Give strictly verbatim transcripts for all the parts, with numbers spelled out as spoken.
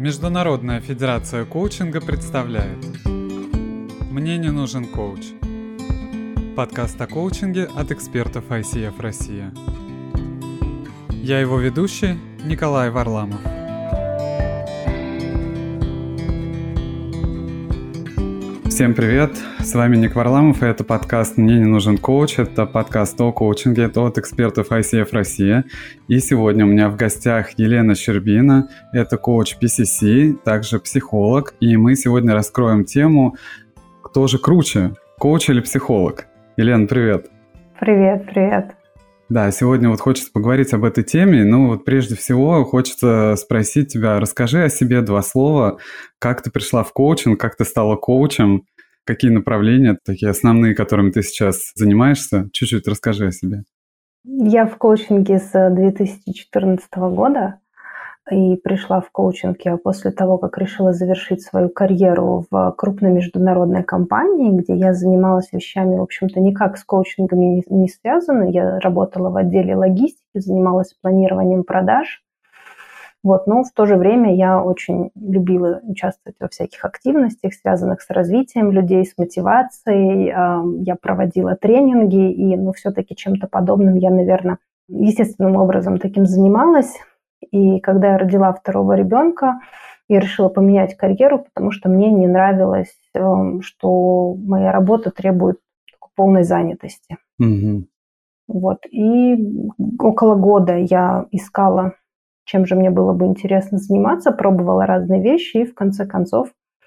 Международная федерация коучинга представляет «Мне не нужен коуч». Подкаст о коучинге от экспертов ай си эф Россия. Я его ведущий Николай Варламов. Всем привет, с вами Ник Варламов, и это подкаст «Мне не нужен коуч». Это подкаст о коучинге от экспертов ай си эф Россия. И сегодня у меня в гостях Елена Щербина, это коуч пи си си, также психолог. И мы сегодня раскроем тему «Кто же круче, коуч или психолог?». Елена, привет. Привет, привет. Да, сегодня вот хочется поговорить об этой теме. Ну вот прежде всего хочется спросить тебя, расскажи о себе два слова, как ты пришла в коучинг, как ты стала коучем, какие направления такие основные, которыми ты сейчас занимаешься. Чуть-чуть расскажи о себе. Я в коучинге с две тысячи четырнадцатого года и пришла в коучинг я после того, как решила завершить свою карьеру в крупной международной компании, где я занималась вещами, в общем-то, никак с коучингами не, не связаны. Я работала в отделе логистики, занималась планированием продаж. Вот, но в то же время я очень любила участвовать во всяких активностях, связанных с развитием людей, с мотивацией. Я проводила тренинги, и ну, все-таки чем-то подобным я, наверное, естественным образом таким занималась. И когда я родила второго ребенка, я решила поменять карьеру, потому что мне не нравилось, что моя работа требует полной занятости. Mm-hmm. Вот. И около года я искала, чем же мне было бы интересно заниматься, пробовала разные вещи, и в конце концов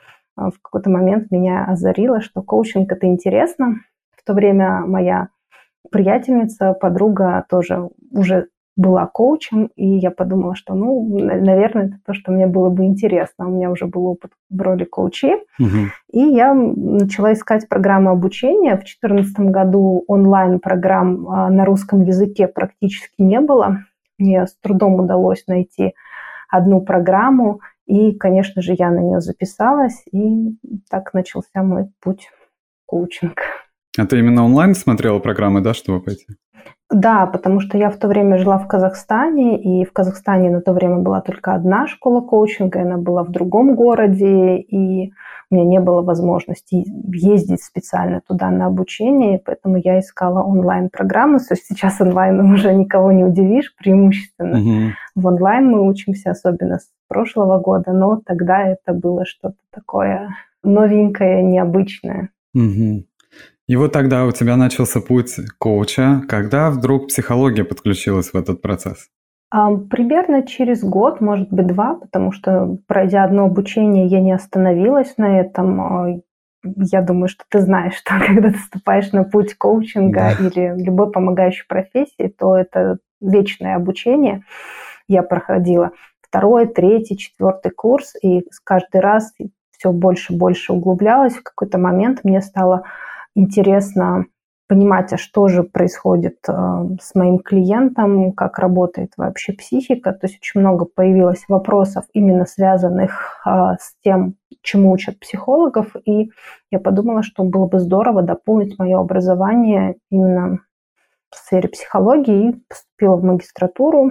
в какой-то момент меня озарило, что коучинг – это интересно. В то время моя приятельница, подруга тоже уже была коучем, и я подумала, что, ну, наверное, это то, что мне было бы интересно. У меня уже был опыт в роли коучей, угу. И я начала искать программы обучения. В две тысячи четырнадцатом году онлайн-программ на русском языке практически не было. Мне с трудом удалось найти одну программу, и, конечно же, я на нее записалась, и так начался мой путь в коучинг. А ты именно онлайн смотрела программы, да, чтобы пойти? Да, потому что я в то время жила в Казахстане, и в Казахстане на то время была только одна школа коучинга, она была в другом городе, и у меня не было возможности ездить специально туда на обучение, поэтому я искала онлайн-программы. То есть сейчас онлайном уже никого не удивишь, преимущественно. Угу. В онлайн мы учимся, особенно с прошлого года, но тогда это было что-то такое новенькое, необычное. Угу. И вот тогда у тебя начался путь коуча. Когда вдруг психология подключилась в этот процесс? Примерно через год, может быть, два, потому что, пройдя одно обучение, я не остановилась на этом. Я думаю, что ты знаешь, что когда ты вступаешь на путь коучинга да. или любой помогающей профессии, то это вечное обучение. Я проходила второй, третий, четвертый курс, и каждый раз все больше и больше углублялась. В какой-то момент мне стало интересно понимать, а что же происходит э, с моим клиентом, как работает вообще психика. То есть очень много появилось вопросов, именно связанных э, с тем, чему учат психологов. И я подумала, что было бы здорово дополнить мое образование именно в сфере психологии. И поступила в магистратуру.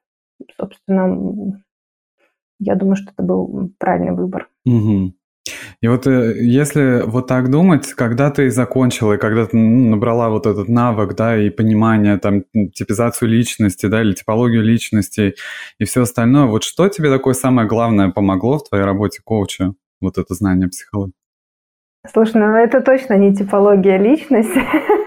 Собственно, я думаю, что это был правильный выбор. Угу. И вот если вот так думать, когда ты закончила, и когда ты набрала вот этот навык, да, и понимание, там, типизацию личности, да, или типологию личности и все остальное, вот что тебе такое самое главное помогло в твоей работе коуча, вот это знание психологии? Слушай, ну это точно не типология личности,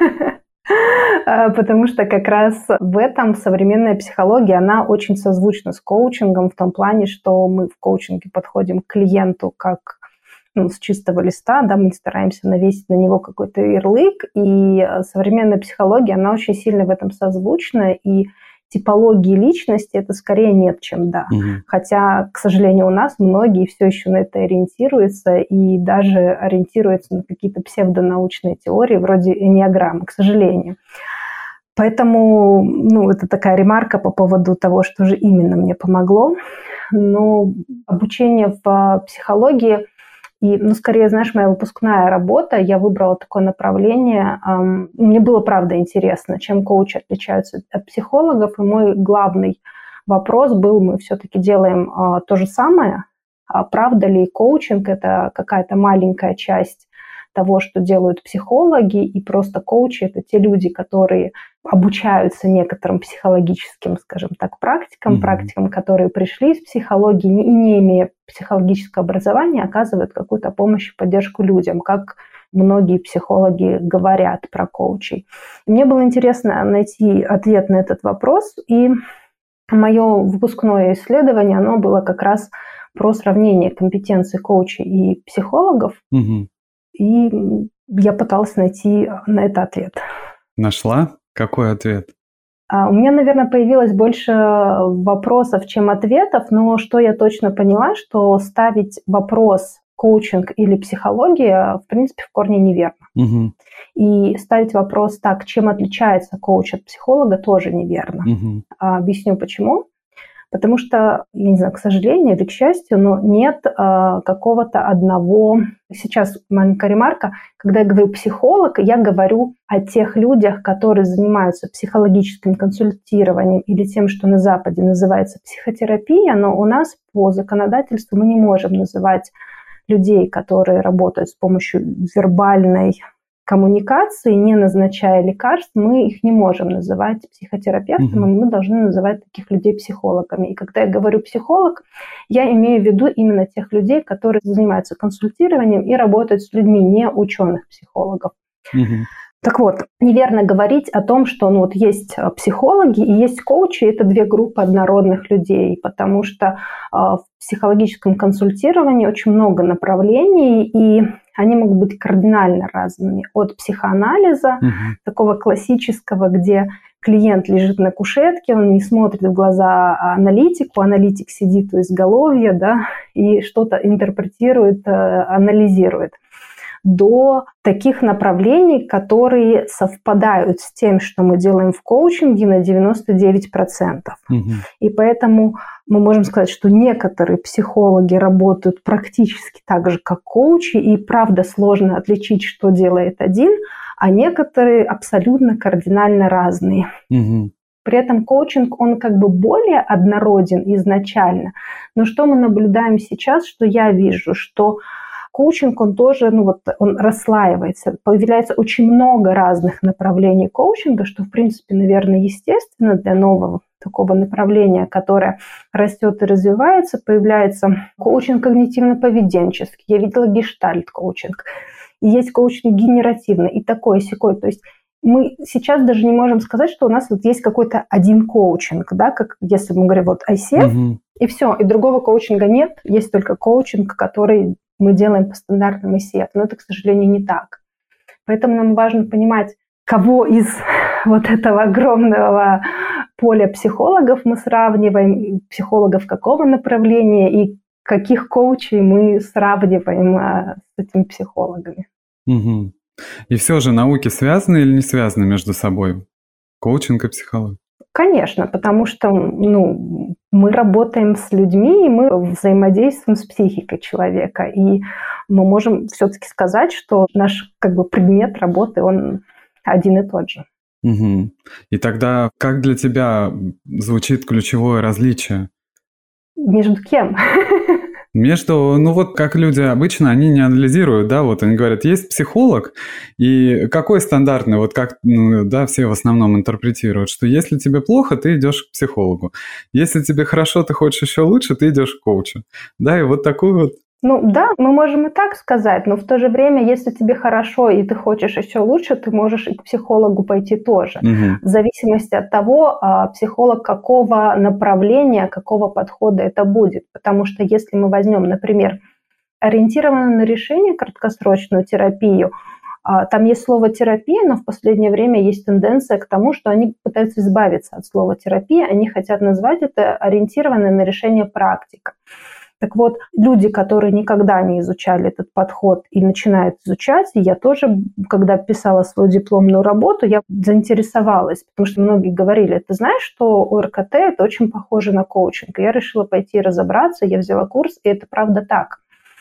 потому что как раз в этом современная психология, она очень созвучна с коучингом в том плане, что мы в коучинге подходим к клиенту как ну, с чистого листа, да, мы стараемся навесить на него какой-то ярлык, и современная психология, она очень сильно в этом созвучна, и типологии личности это скорее нет, чем да. Угу. Хотя, к сожалению, у нас многие все еще на это ориентируются и даже ориентируются на какие-то псевдонаучные теории вроде энеограммы, к сожалению. Поэтому, ну, это такая ремарка по поводу того, что же именно мне помогло. Но обучение в психологии и, ну, скорее, знаешь, моя выпускная работа, я выбрала такое направление. Мне было, правда, интересно, чем коучи отличаются от психологов. И мой главный вопрос был, мы все-таки делаем то же самое, а правда ли коучинг – это какая-то маленькая часть того, что делают психологи, и просто коучи – это те люди, которые обучаются некоторым психологическим, скажем так, практикам, mm-hmm. практикам, которые пришли из психологии и, не имея психологического образования, оказывают какую-то помощь и поддержку людям, как многие психологи говорят про коучей. Мне было интересно найти ответ на этот вопрос, и мое выпускное исследование, оно было как раз про сравнение компетенций коучей и психологов, mm-hmm. и я пыталась найти на это ответ. Нашла? Какой ответ? У меня, наверное, появилось больше вопросов, чем ответов, но что я точно поняла, что ставить вопрос коучинг или психология, в принципе, в корне неверно. Угу. И ставить вопрос так, чем отличается коуч от психолога, тоже неверно. Угу. Объясню почему. Потому что, я не знаю, к сожалению или к счастью, но нет э, какого-то одного... Сейчас маленькая ремарка. Когда я говорю психолог, я говорю о тех людях, которые занимаются психологическим консультированием или тем, что на Западе называется психотерапия, но у нас по законодательству мы не можем называть людей, которые работают с помощью вербальной коммуникации, не назначая лекарств, мы их не можем называть психотерапевтами, mm-hmm. мы должны называть таких людей психологами. И когда я говорю психолог, я имею в виду именно тех людей, которые занимаются консультированием и работают с людьми, не ученых-психологов. Mm-hmm. Так вот, неверно говорить о том, что ну, вот есть психологи и есть коучи, это две группы однородных людей, потому что э, в психологическом консультировании очень много направлений, и они могут быть кардинально разными. От психоанализа, uh-huh. такого классического, где клиент лежит на кушетке, он не смотрит в глаза аналитику, аналитик сидит у изголовья, да, и что-то интерпретирует, анализирует, до таких направлений, которые совпадают с тем, что мы делаем в коучинге на девяносто девять процентов. Угу. И поэтому мы можем сказать, что некоторые психологи работают практически так же, как коучи, и правда сложно отличить, что делает один, а некоторые абсолютно кардинально разные. Угу. При этом коучинг, он как бы более однороден изначально. Но что мы наблюдаем сейчас, что я вижу, что коучинг, он тоже, ну вот, он расслаивается. Появляется очень много разных направлений коучинга, что, в принципе, наверное, естественно для нового такого направления, которое растет и развивается. Появляется коучинг когнитивно-поведенческий. Я видела гештальт-коучинг. И есть коучинг генеративный и такой, и сякой. То есть мы сейчас даже не можем сказать, что у нас вот есть какой-то один коучинг, да, как если мы говорим вот ай си эф, угу. и все, и другого коучинга нет, есть только коучинг, который мы делаем по стандартам ай си эф, но это, к сожалению, не так. Поэтому нам важно понимать, кого из вот этого огромного поля психологов мы сравниваем, психологов какого направления и каких коучей мы сравниваем а, с этими психологами. Угу. И все же науки связаны или не связаны между собой? Коучинг и психология? Конечно, потому что ну, мы работаем с людьми, и мы взаимодействуем с психикой человека. И мы можем все-таки сказать, что наш как бы, предмет работы, он один и тот же. Угу. И тогда как для тебя звучит ключевое различие? Между кем? Между, ну вот как люди обычно, они не анализируют, да, вот они говорят, есть психолог, и какой стандартный, вот как, ну, да, все в основном интерпретируют, что если тебе плохо, ты идешь к психологу, если тебе хорошо, ты хочешь еще лучше, ты идешь к коучу, да, и вот такой вот. Ну да, мы можем и так сказать, но в то же время, если тебе хорошо и ты хочешь еще лучше, ты можешь и к психологу пойти тоже. Угу. В зависимости от того, психолог какого направления, какого подхода это будет. Потому что если мы возьмем, например, ориентированную на решение краткосрочную терапию, там есть слово терапия, но в последнее время есть тенденция к тому, что они пытаются избавиться от слова терапия, они хотят назвать это ориентированной на решение практика. Так вот, люди, которые никогда не изучали этот подход и начинают изучать, и я тоже, когда писала свою дипломную работу, я заинтересовалась, потому что многие говорили, ты знаешь, что о эр ка тэ это очень похоже на коучинг. И я решила пойти разобраться, я взяла курс, и это правда так.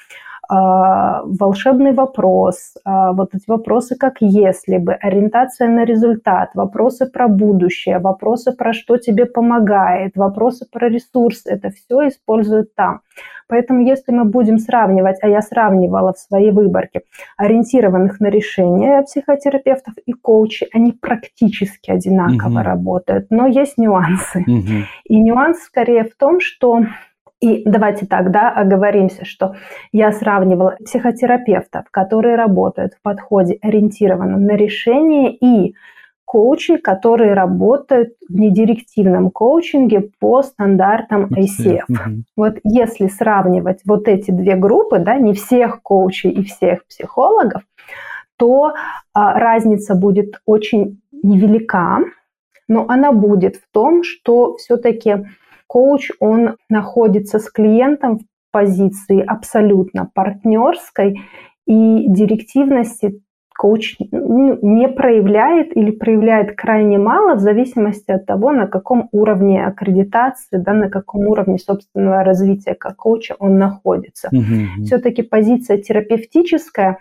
а, волшебный вопрос, а, вот эти вопросы как если бы, ориентация на результат, вопросы про будущее, вопросы про что тебе помогает, вопросы про ресурсы, это все используют там. Поэтому если мы будем сравнивать, а я сравнивала в своей выборке, ориентированных на решения психотерапевтов и коучей, они практически одинаково Мгм. работают, но есть нюансы. Мгм. И нюанс скорее в том, что и давайте так, да, оговоримся, что я сравнивала психотерапевтов, которые работают в подходе, ориентированном на решение, и коучей, которые работают в недирективном коучинге по стандартам ай си эф. Мгм. Вот если сравнивать вот эти две группы, да, не всех коучей и всех психологов, то а, разница будет очень невелика, но она будет в том, что все-таки коуч, он находится с клиентом в позиции абсолютно партнерской, и директивности коуч не проявляет или проявляет крайне мало в зависимости от того, на каком уровне аккредитации, да, на каком уровне собственного развития как коуча он находится. Мгм. Все-таки позиция терапевтическая,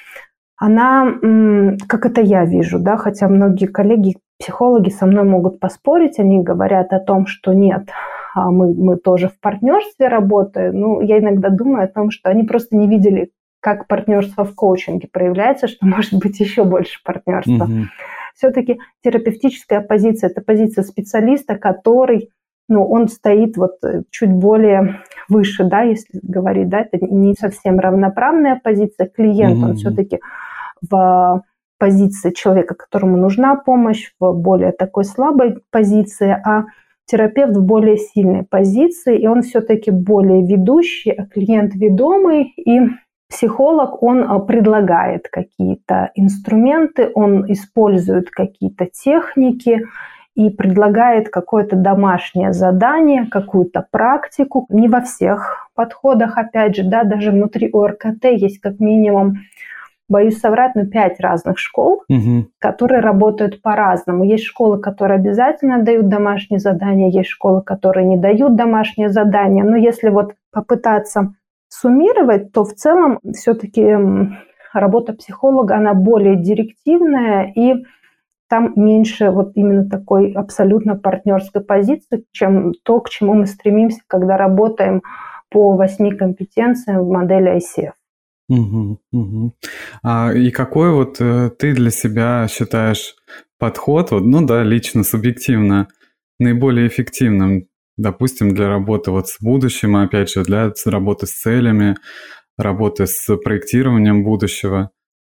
она, как это я вижу, да, хотя многие коллеги, психологи со мной могут поспорить, они говорят о том, что нет, мы, мы тоже в партнерстве работаем. Ну, я иногда думаю о том, что они просто не видели, как партнерство в коучинге проявляется, что может быть еще больше партнерства. Мгм. Все-таки терапевтическая позиция – это позиция специалиста, который, ну, он стоит вот чуть более выше, да, если говорить, да, это не совсем равноправная позиция. Клиент, Мгм. он все-таки в позиции человека, которому нужна помощь, в более такой слабой позиции, а терапевт в более сильной позиции, и он все-таки более ведущий, а клиент ведомый, и психолог, он предлагает какие-то инструменты, он использует какие-то техники и предлагает какое-то домашнее задание, какую-то практику. Не во всех подходах, опять же, да, даже внутри о эр ка тэ есть как минимум, боюсь соврать, но пять разных школ, Мгм. которые работают по-разному. Есть школы, которые обязательно дают домашние задания, есть школы, которые не дают домашние задания. Но если вот попытаться суммировать, то в целом все-таки работа психолога, она более директивная, и там меньше вот именно такой абсолютно партнерской позиции, чем то, к чему мы стремимся, когда работаем по восьми компетенциям в модели ай си эф. Мгм. Мгм. А, и какой вот э, ты для себя считаешь подход, вот, ну да, лично, субъективно, наиболее эффективным, допустим, для работы вот с будущим, и опять же, для ц- работы с целями, работы с проектированием будущего?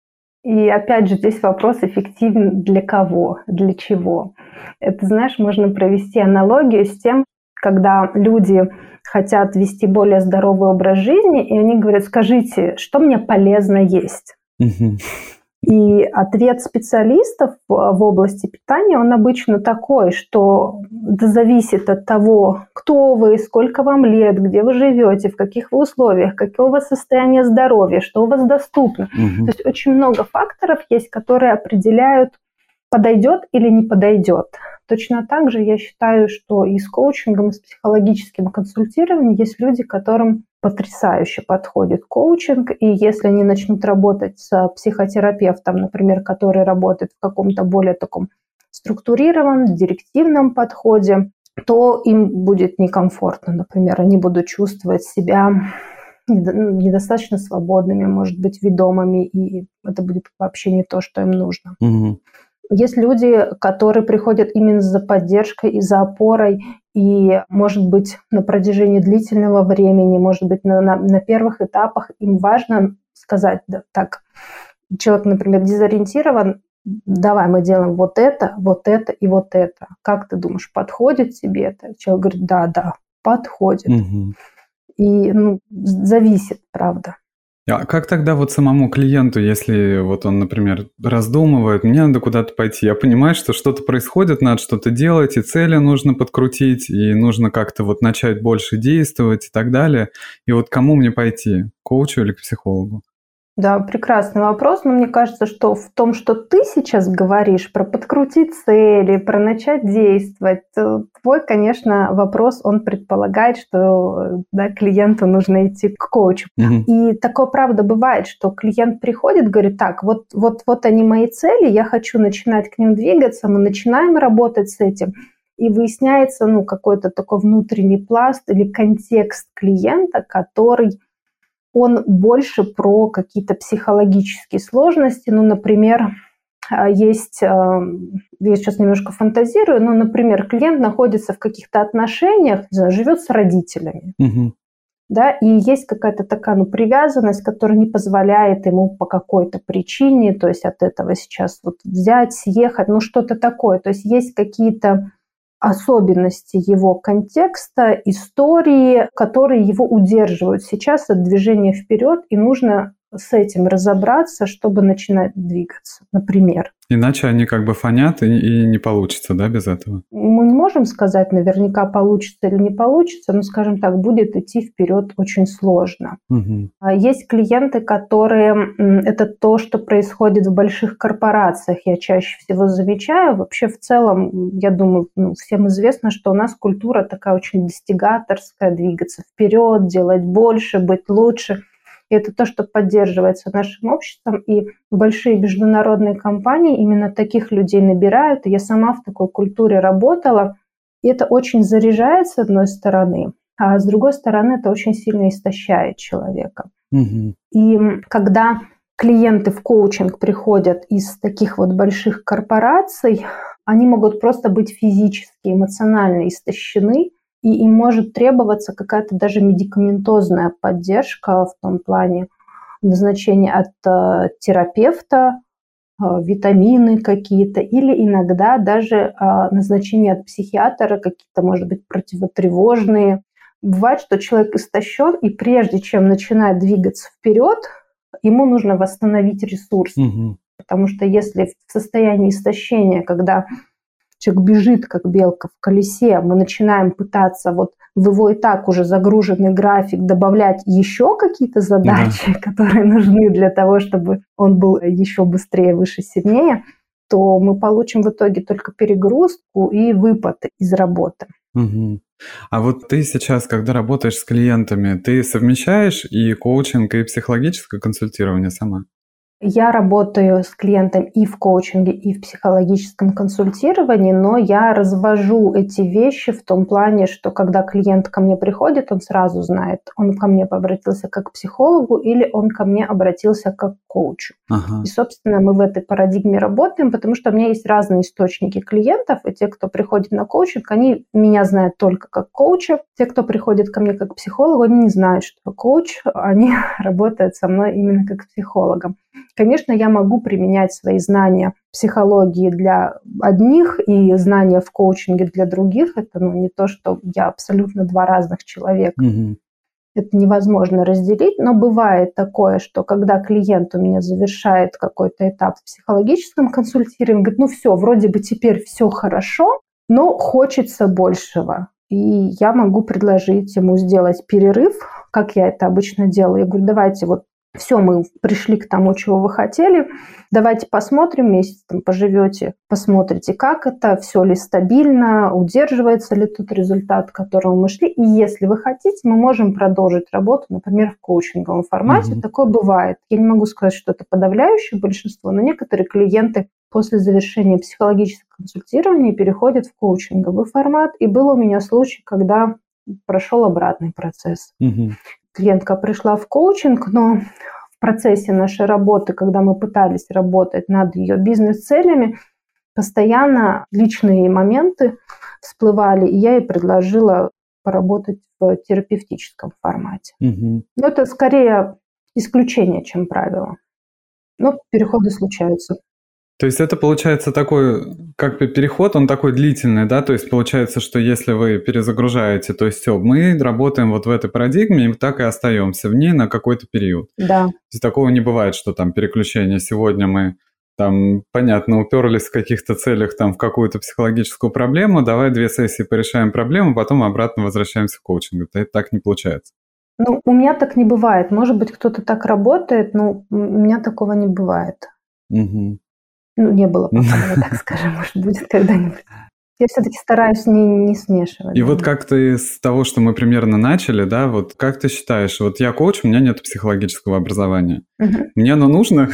И опять же, здесь вопрос эффективен для кого, для чего. Это, знаешь, можно провести аналогию с тем, когда люди хотят вести более здоровый образ жизни, и они говорят: скажите, что мне полезно есть? Мгм. И ответ специалистов в области питания, он обычно такой, что это зависит от того, кто вы, сколько вам лет, где вы живете, в каких вы условиях, какое у вас состояние здоровья, что у вас доступно. Мгм. То есть очень много факторов есть, которые определяют, подойдет или не подойдет. Точно так же я считаю, что и с коучингом, и с психологическим консультированием есть люди, которым потрясающе подходит коучинг, и если они начнут работать с психотерапевтом, например, который работает в каком-то более таком структурированном, директивном подходе, то им будет некомфортно, например, они будут чувствовать себя недостаточно свободными, может быть, ведомыми, и это будет вообще не то, что им нужно. Мгм. Есть люди, которые приходят именно за поддержкой и за опорой, и, может быть, на протяжении длительного времени, может быть, на, на, на первых этапах им важно сказать, да, так, человек, например, дезориентирован, давай мы делаем вот это, вот это и вот это. Как ты думаешь, подходит тебе это? Человек говорит: да, да, подходит. Мгм. И ну, зависит, правда. А как тогда вот самому клиенту, если вот он, например, раздумывает, мне надо куда-то пойти, я понимаю, что что-то происходит, надо что-то делать, и цели нужно подкрутить, и нужно как-то вот начать больше действовать и так далее. И вот кому мне пойти, к коучу или к психологу? Да, прекрасный вопрос, но мне кажется, что в том, что ты сейчас говоришь про подкрутить цели, про начать действовать, то твой, конечно, вопрос, он предполагает, что да, клиенту нужно идти к коучу. Мгм. И такое правда бывает, что клиент приходит, говорит, так, вот, вот, вот они мои цели, я хочу начинать к ним двигаться, мы начинаем работать с этим, и выясняется ну, какой-то такой внутренний пласт или контекст клиента, который он больше про какие-то психологические сложности. Ну, например, есть, я сейчас немножко фантазирую, но, например, клиент находится в каких-то отношениях, не знаю, живет с родителями, Мгм. да, и есть какая-то такая ну, привязанность, которая не позволяет ему по какой-то причине, то есть от этого сейчас вот взять, съехать, ну что-то такое. То есть есть какие-то особенности его контекста, истории, которые его удерживают сейчас от движения вперед, и нужно с этим разобраться, чтобы начинать двигаться, например. Иначе они как бы фонят, и, и не получится, да, без этого? Мы не можем сказать наверняка, получится или не получится, но, скажем так, будет идти вперед очень сложно. Угу. Есть клиенты, которые... Это то, что происходит в больших корпорациях, я чаще всего замечаю. Вообще, в целом, я думаю, ну, всем известно, что у нас культура такая очень достигаторская, двигаться вперед, делать больше, быть лучше. И это то, что поддерживается нашим обществом, и большие международные компании именно таких людей набирают. И я сама в такой культуре работала, и это очень заряжает с одной стороны, а с другой стороны это очень сильно истощает человека. Угу. И когда клиенты в коучинг приходят из таких вот больших корпораций, они могут просто быть физически, эмоционально истощены, и им может требоваться какая-то даже медикаментозная поддержка в том плане назначения от э, терапевта, э, витамины какие-то, или иногда даже э, назначение от психиатра, какие-то, может быть, противотревожные. Бывает, что человек истощен, и прежде чем начинать двигаться вперед, ему нужно восстановить ресурс. Угу. Потому что если в состоянии истощения, когда человек бежит, как белка в колесе, мы начинаем пытаться вот в его и так уже загруженный график добавлять еще какие-то задачи, да, которые нужны для того, чтобы он был еще быстрее, выше, сильнее, то мы получим в итоге только перегрузку и выпад из работы. Угу. А вот ты сейчас, когда работаешь с клиентами, ты совмещаешь и коучинг, и психологическое консультирование сама? Я работаю с клиентом и в коучинге, и в психологическом консультировании, но я развожу эти вещи в том плане, что когда клиент ко мне приходит, он сразу знает, он ко мне обратился как к психологу или он ко мне обратился как к коучу. Ага. И, собственно, мы в этой парадигме работаем, потому что у меня есть разные источники клиентов, и те, кто приходит на коучинг, они меня знают только как коуча. Те, кто приходит ко мне как к психологу, они не знают, что я коуч, они работают со мной именно как с психологом. Конечно, я могу применять свои знания психологии для одних и знания в коучинге для других. Это ну, не то, что я абсолютно два разных человека. Угу. Это невозможно разделить, но бывает такое, что когда клиент у меня завершает какой-то этап в психологическом консультировании, говорит, ну все, вроде бы теперь все хорошо, но хочется большего. И я могу предложить ему сделать перерыв, как я это обычно делаю. Я говорю, давайте вот все, мы пришли к тому, чего вы хотели. Давайте посмотрим, месяц там поживете, посмотрите, как это, все ли стабильно, удерживается ли тот результат, к которому мы шли. И если вы хотите, мы можем продолжить работу, например, в коучинговом формате. Mm-hmm. Такое бывает. Я не могу сказать, что это подавляющее большинство, но некоторые клиенты после завершения психологического консультирования переходят в коучинговый формат. И был у меня случай, когда прошел обратный процесс. Mm-hmm. Клиентка пришла в коучинг, но в процессе нашей работы, когда мы пытались работать над ее бизнес-целями, постоянно личные моменты всплывали, и я ей предложила поработать в терапевтическом формате. Угу. Но это скорее исключение, чем правило. Но переходы случаются. То есть это получается такой, как бы переход, он такой длительный, да? То есть получается, что если вы перезагружаете, то есть все, мы работаем вот в этой парадигме, и так и остаемся в ней на какой-то период. Да. То есть такого не бывает, что там переключение. Сегодня мы там, понятно, уперлись в каких-то целях там в какую-то психологическую проблему, давай две сессии порешаем проблему, потом обратно возвращаемся в коучинг. Это так не получается. Ну, у меня так не бывает. Может быть, кто-то так работает, но у меня такого не бывает. Мгм. Ну, не было пока, давай так скажем, может, будет когда-нибудь. Я все-таки стараюсь не, не смешивать. И да. вот как ты с того, что мы примерно начали, да, вот как ты считаешь, вот я коуч, у меня нет психологического образования. Мгм. Мне оно нужно?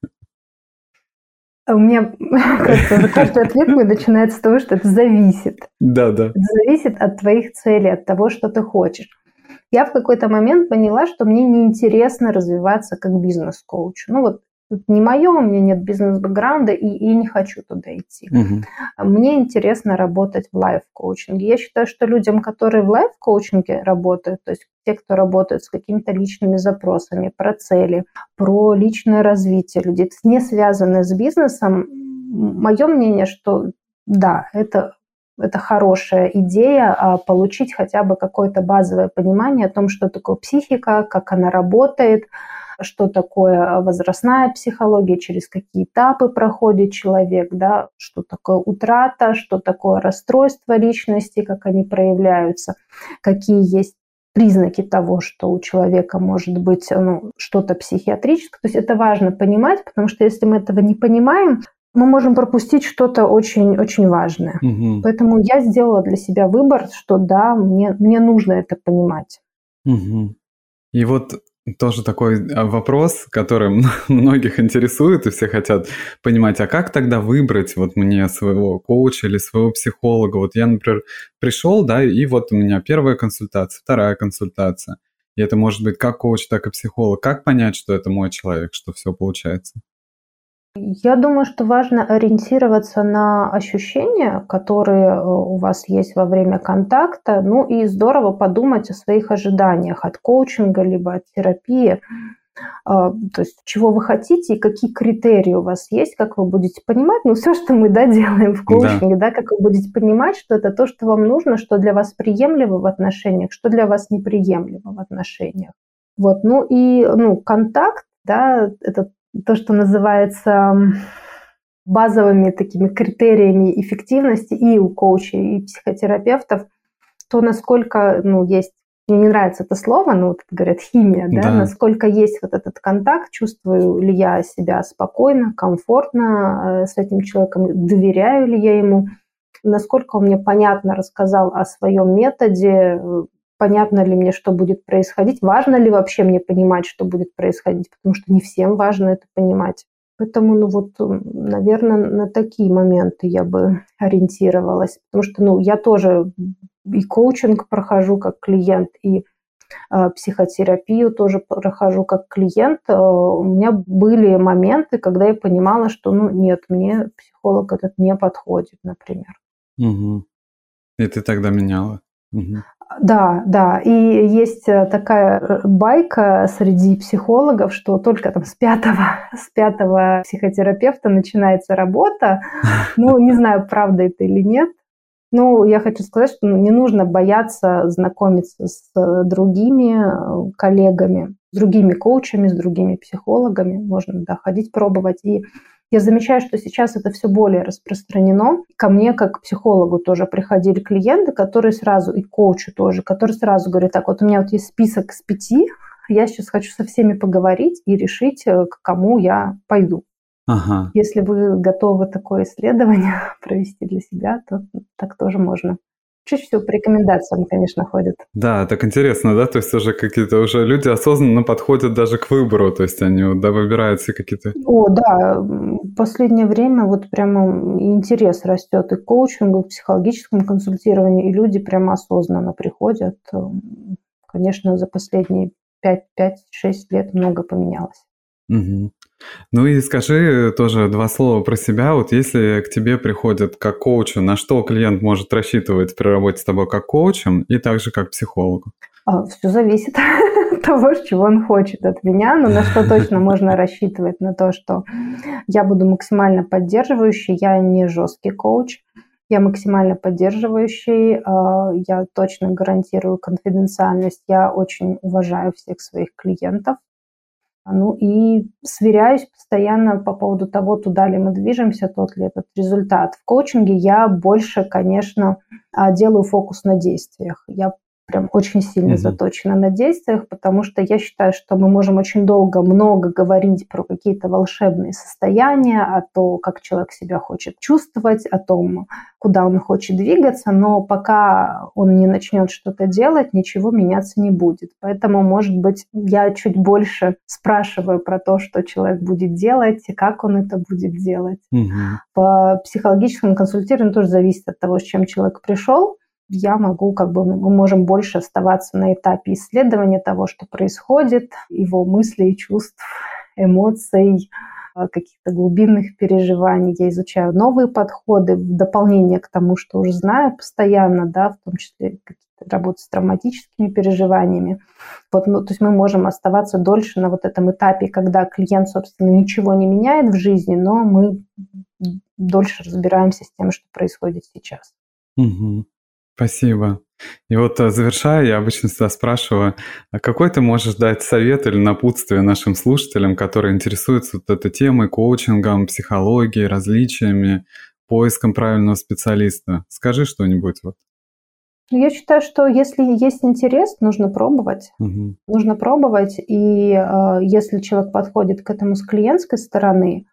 А у меня, кажется, уже каждый ответ мой начинается с того, что это зависит. Да, да. Это зависит от твоих целей, от того, что ты хочешь. Я в какой-то момент поняла, что мне неинтересно развиваться как бизнес-коуч. Ну вот это не мое, у меня нет бизнес-бэкграунда, и, и не хочу туда идти. Мгм. Мне интересно работать в лайф-коучинге. Я считаю, что людям, которые в лайф-коучинге работают, то есть те, кто работают с какими-то личными запросами про цели, про личное развитие людей, не связанные с бизнесом, мое мнение, что да, это это хорошая идея а, получить хотя бы какое-то базовое понимание о том, что такое психика, как она работает, что такое возрастная психология, через какие этапы проходит человек, да, что такое утрата, что такое расстройство личности, как они проявляются, какие есть признаки того, что у человека может быть ну, что-то психиатрическое. То есть это важно понимать, потому что если мы этого не понимаем, мы можем пропустить что-то очень-очень важное. Мгм. Поэтому я сделала для себя выбор, что да, мне, мне нужно это понимать. Мгм. И вот тоже такой а, вопрос, который м- многих интересует, и все хотят понимать, а как тогда выбрать вот мне своего коуча или своего психолога? Вот я, например, пришел, да, и вот у меня первая консультация, вторая консультация. И это может быть как коуч, так и психолог. Как понять, что это мой человек, что все получается? Я думаю, что важно ориентироваться на ощущения, которые э, у вас есть во время контакта. Ну и здорово подумать о своих ожиданиях от коучинга либо от терапии. А, То есть чего вы хотите и какие критерии у вас есть, как вы будете понимать. Ну все, что мы да, делаем в Да. коучинге, да, как вы будете понимать, что это то, что вам нужно, что для вас приемлемо в отношениях, что для вас неприемлемо в отношениях. Вот, ну и ну, контакт, да, это то, что называется м, базовыми такими критериями эффективности и у коучей, и психотерапевтов, то, насколько ну, есть, мне не нравится это слово, но вот говорят химия, да, Да. насколько есть вот этот контакт, чувствую ли я себя спокойно, комфортно э, с этим человеком, доверяю ли я ему, насколько он мне понятно рассказал о своем методе, э, понятно ли мне, что будет происходить, важно ли вообще мне понимать, что будет происходить, потому что не всем важно это понимать. Поэтому, ну вот, наверное, на такие моменты я бы ориентировалась, потому что, ну, я тоже и коучинг прохожу как клиент, и э, психотерапию тоже прохожу как клиент. Э, у меня были моменты, когда я понимала, что, ну, нет, мне психолог этот не подходит, например. Мгм. И ты тогда меняла. Мгм. Да, да. И есть э, такая э, байка среди психологов, что только там с пятого, с пятого психотерапевта начинается работа. Ну, не знаю, правда это или нет. Ну, я хочу сказать, что ну, не нужно бояться знакомиться с э, другими э, коллегами, с другими коучами, с другими психологами. Можно, да, ходить, пробовать. И я замечаю, что сейчас это все более распространено. Ко мне, как к психологу, тоже приходили клиенты, которые сразу, и коучу тоже, которые сразу говорят, так, вот у меня вот есть список с пяти, я сейчас хочу со всеми поговорить и решить, э, к кому я пойду. Ага. Если вы готовы такое исследование провести для себя, то так тоже можно. Чаще всего по рекомендациям, конечно, ходят. Да, так интересно, да? То есть уже какие-то уже люди осознанно подходят даже к выбору, то есть они вот, да, выбирают все какие-то... О, да, м, в последнее время вот прямо интерес растет и к коучингу, и к психологическому консультированию, и люди прямо осознанно приходят. М, Конечно, за последние пять-шесть лет много поменялось. Мгм. Ну и скажи тоже два слова про себя. Вот если к тебе приходят как коучу, на что клиент может рассчитывать при работе с тобой как коучем и также как психологу? Все зависит от того, чего он хочет от меня, но на что точно можно рассчитывать, на то, что я буду максимально поддерживающей, я не жесткий коуч, я максимально поддерживающий, а, я точно гарантирую конфиденциальность, я очень уважаю всех своих клиентов, ну и сверяюсь постоянно по поводу того, туда ли мы движемся, тот ли этот результат. В коучинге я больше, конечно, а, делаю фокус на действиях. Я прям очень сильно Мгм. заточена на действиях, потому что я считаю, что мы можем очень долго, много говорить про какие-то волшебные состояния, о том, как человек себя хочет чувствовать, о том, куда он хочет двигаться, но пока он не начнет что-то делать, ничего меняться не будет. Поэтому, может быть, я чуть больше спрашиваю про то, что человек будет делать и как он это будет делать. Мгм. По психологическому консультированию тоже зависит от того, с чем человек пришел. Я могу, как бы, мы можем больше оставаться на этапе исследования того, что происходит, его мыслей, чувств, эмоций, а, каких-то глубинных переживаний. Я изучаю новые подходы в дополнение к тому, что уже знаю постоянно, да, в том числе какие-то работы с травматическими переживаниями. Вот, ну, то есть мы можем оставаться дольше на вот этом этапе, когда клиент, собственно, ничего не меняет в жизни, но мы дольше разбираемся с тем, что происходит сейчас. Мгм. Спасибо. И вот, э, завершая, я обычно всегда спрашиваю, а какой ты можешь дать совет или напутствие нашим слушателям, которые интересуются вот этой темой, коучингом, психологией, различиями, поиском правильного специалиста? Скажи что-нибудь вот. Ну, я считаю, что если есть интерес, нужно пробовать. Мгм. Нужно пробовать, и э, если человек подходит к этому с клиентской стороны,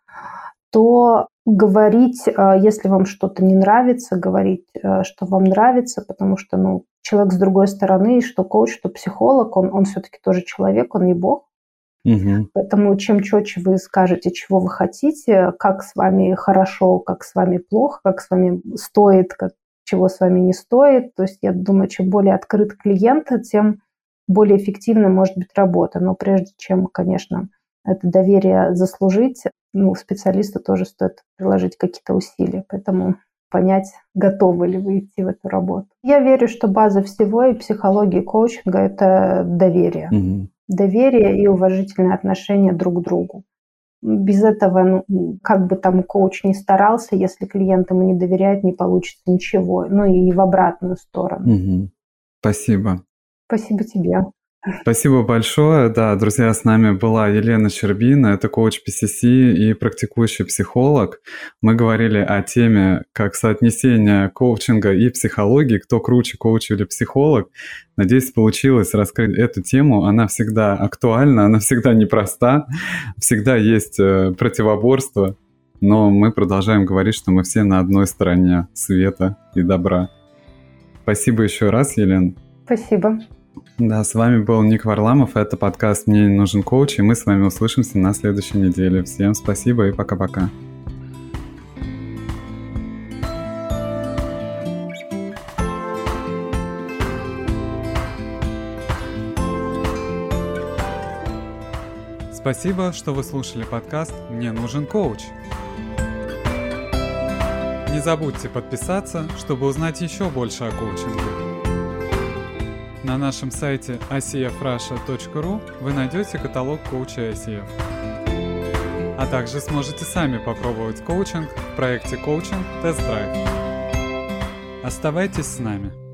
то говорить, э, если вам что-то не нравится, говорить, э, что вам нравится, потому что, ну, человек с другой стороны, что коуч, что психолог, он, он все-таки тоже человек, он не бог. Мгм. Поэтому чем четче вы скажете, чего вы хотите, как с вами хорошо, как с вами плохо, как с вами стоит, как, чего с вами не стоит. То есть я думаю, чем более открыт клиент, тем более эффективна может быть работа. Но прежде чем, конечно, это доверие заслужить, ну, специалисту тоже стоит приложить какие-то усилия. Поэтому понять, готовы ли вы идти в эту работу. Я верю, что база всего и психологии, и коучинга – это доверие. Мгм. Доверие и уважительное отношение друг к другу. Без этого, ну, как бы там коуч ни старался, если клиент ему не доверяет, не получится ничего. Ну и в обратную сторону. Мгм. Спасибо. Спасибо тебе. Спасибо большое. Да, друзья, с нами была Елена Щербина, это коуч пи си си и практикующий психолог. Мы говорили о теме как соотнесение коучинга и психологии, кто круче, коуч или психолог. Надеюсь, получилось раскрыть эту тему. Она всегда актуальна, она всегда непроста, всегда есть э, противоборство, но мы продолжаем говорить, что мы все на одной стороне света и добра. Спасибо еще раз, Елена. Спасибо. Да, с вами был Ник Варламов, это подкаст «Мне не нужен коуч», и мы с вами услышимся на следующей неделе. Всем спасибо и пока-пока. Спасибо, что вы слушали подкаст «Мне нужен коуч». Не забудьте подписаться, чтобы узнать еще больше о коучинге. На нашем сайте ай си эф раша точка ру вы найдете каталог коуча ай си эф. А также сможете сами попробовать коучинг в проекте «Коучинг Тест Драйв». Оставайтесь с нами.